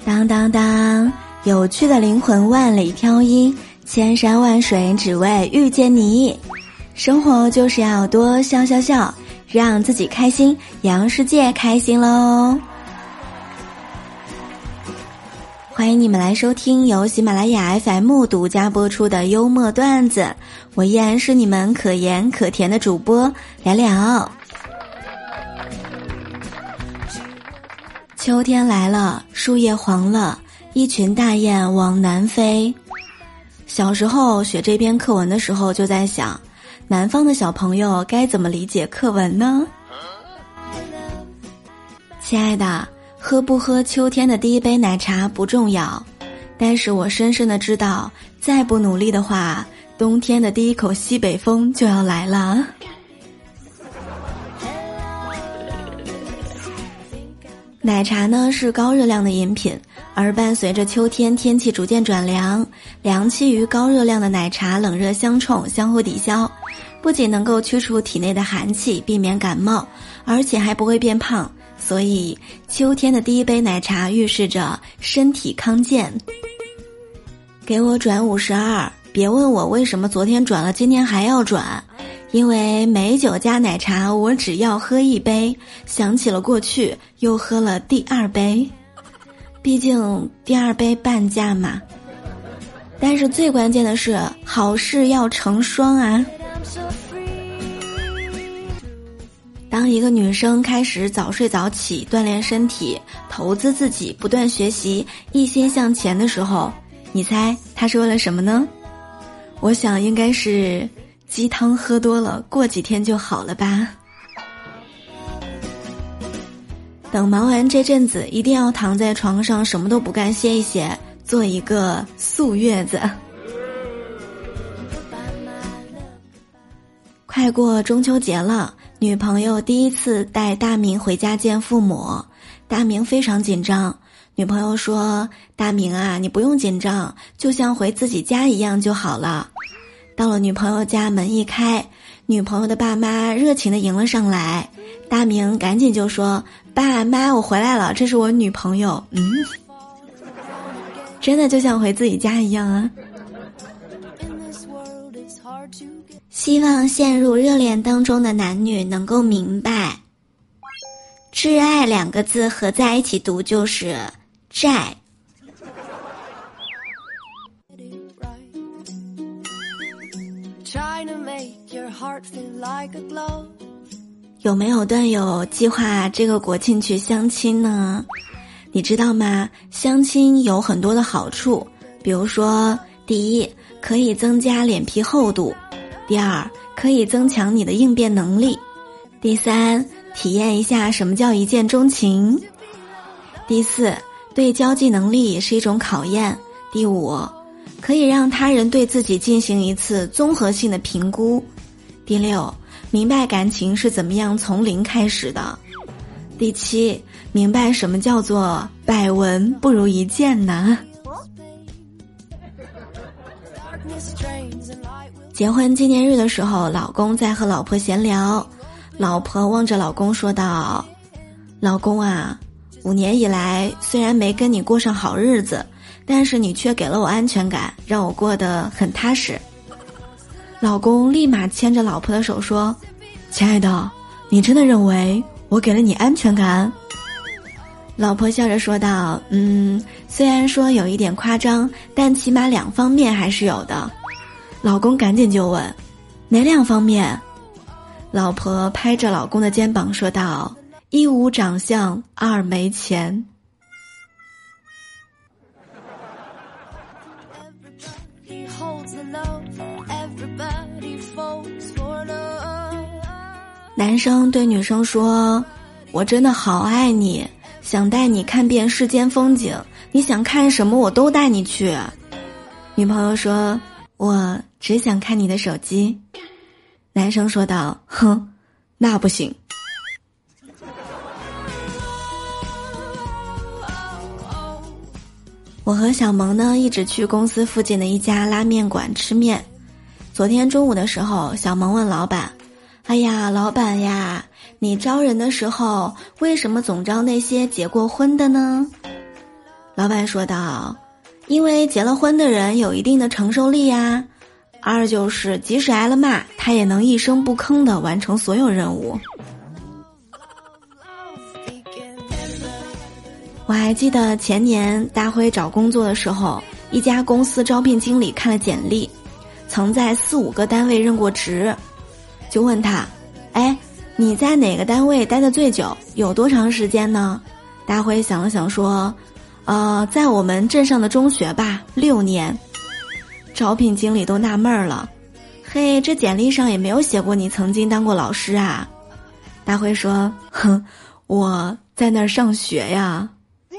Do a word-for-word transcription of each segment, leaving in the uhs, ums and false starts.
当当当，有趣的灵魂万里挑一，千山万水只为遇见你。生活就是要多笑笑笑，让自己开心，也让世界开心喽。欢迎你们来收听由喜马拉雅 F M 独家播出的幽默段子，我依然是你们可盐可甜的主播聊聊。秋天来了，树叶黄了，一群大雁往南飞。小时候学这篇课文的时候就在想，南方的小朋友该怎么理解课文呢？亲爱的，喝不喝秋天的第一杯奶茶不重要，但是我深深的知道，再不努力的话，冬天的第一口西北风就要来了。奶茶呢是高热量的饮品，而伴随着秋天天气逐渐转凉，凉气与高热量的奶茶冷热相冲，相互抵消，不仅能够驱除体内的寒气，避免感冒，而且还不会变胖。所以秋天的第一杯奶茶预示着身体康健。给我转五十二，别问我为什么昨天转了今天还要转，因为美酒加奶茶我只要喝一杯，想起了过去又喝了第二杯，毕竟第二杯半价嘛。但是最关键的是好事要成双啊。当一个女生开始早睡早起，锻炼身体，投资自己，不断学习，一心向前的时候，你猜她是为了什么呢？我想应该是鸡汤喝多了，过几天就好了吧。等忙完这阵子，一定要躺在床上什么都不干，歇一歇，做一个素月子。快过中秋节了，女朋友第一次带大明回家见父母，大明非常紧张。女朋友说，大明啊，你不用紧张，就像回自己家一样就好了。到了女朋友家，门一开，女朋友的爸妈热情地迎了上来，大明赶紧就说，爸妈我回来了，这是我女朋友。嗯，真的就像回自己家一样啊。希望陷入热恋当中的男女能够明白，挚爱两个字合在一起读就是债。有没有段友计划这个国庆去相亲呢？你知道吗？相亲有很多的好处，比如说，第一，可以增加脸皮厚度；第二，可以增强你的应变能力；第三，体验一下什么叫一见钟情；第四，对交际能力是一种考验；第五，可以让他人对自己进行一次综合性的评估；第六，明白感情是怎么样从零开始的；第七，明白什么叫做百闻不如一见呢。结婚纪念日的时候，老公在和老婆闲聊，老婆望着老公说道，老公啊，五年以来虽然没跟你过上好日子，但是你却给了我安全感，让我过得很踏实。老公立马牵着老婆的手说，亲爱的，你真的认为我给了你安全感？老婆笑着说道，嗯，虽然说有一点夸张，但起码两方面还是有的。老公赶紧就问，哪两方面？老婆拍着老公的肩膀说道，一无长相，二没钱。男生对女生说，我真的好爱你，想带你看遍世间风景，你想看什么我都带你去。女朋友说，我只想看你的手机。男生说道，哼，那不行。我和小萌呢一直去公司附近的一家拉面馆吃面。昨天中午的时候，小萌问老板，哎呀，老板呀，你招人的时候为什么总招那些结过婚的呢？ 老板说道，因为结了婚的人有一定的承受力呀。二就是即使挨了骂，他也能一声不吭地完成所有任务。我还记得前年大辉找工作的时候，一家公司招聘经理看了简历，曾在四五个单位任过职，就问他，哎，你在哪个单位待得最久，有多长时间呢？大辉想了想说，呃，在我们镇上的中学吧，六年。招聘经理都纳闷了，嘿，这简历上也没有写过你曾经当过老师啊。大辉说，哼，我在那儿上学呀。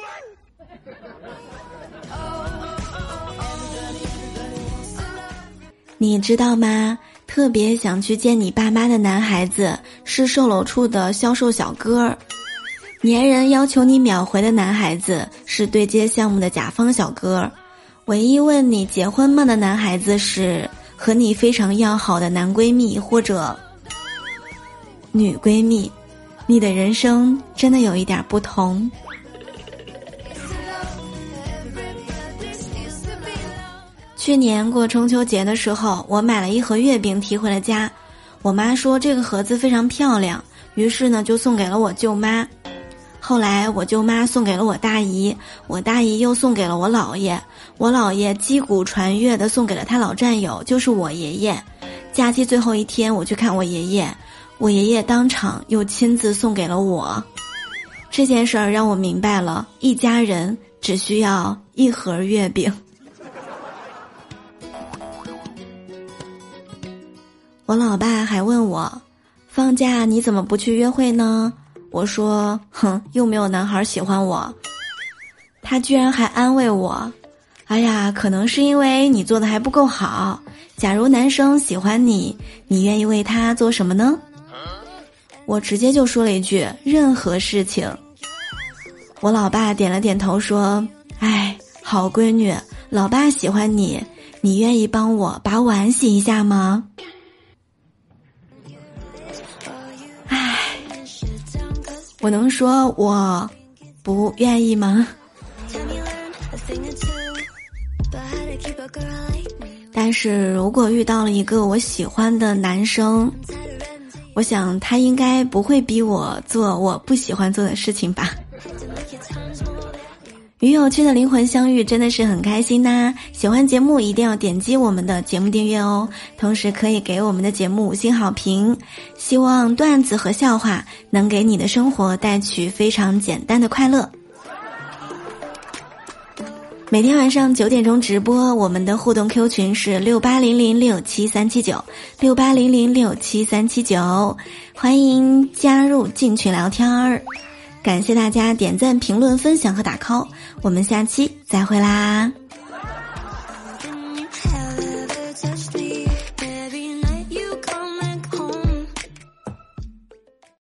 你知道吗？特别想去见你爸妈的男孩子是售楼处的销售小哥，粘人要求你秒回的男孩子是对接项目的甲方小哥，唯一问你结婚吗的男孩子是和你非常要好的男闺蜜或者女闺蜜。你的人生真的有一点不同。去年过中秋节的时候，我买了一盒月饼提回了家，我妈说这个盒子非常漂亮，于是呢就送给了我舅妈。后来我舅妈送给了我大姨，我大姨又送给了我姥爷，我姥爷击鼓传乐的送给了他老战友，就是我爷爷。假期最后一天我去看我爷爷，我爷爷当场又亲自送给了我。这件事儿让我明白了，一家人只需要一盒月饼。我老爸还问我，放假你怎么不去约会呢？我说，哼，又没有男孩喜欢我。他居然还安慰我，哎呀，可能是因为你做的还不够好，假如男生喜欢你，你愿意为他做什么呢？我直接就说了一句，任何事情。我老爸点了点头说，哎，好闺女，老爸喜欢你，你愿意帮我把碗洗一下吗？我能说我不愿意吗？但是如果遇到了一个我喜欢的男生，我想他应该不会逼我做我不喜欢做的事情吧。与有趣的灵魂相遇真的是很开心呐！喜欢节目一定要点击我们的节目订阅哦，同时可以给我们的节目五星好评。希望段子和笑话能给你的生活带去非常简单的快乐。每天晚上九点钟直播，我们的互动 Q 群是六八零零六七三七九 六八零零六七三七九，欢迎加入进群聊天儿。感谢大家点赞、评论、分享和打 call， 我们下期再会啦！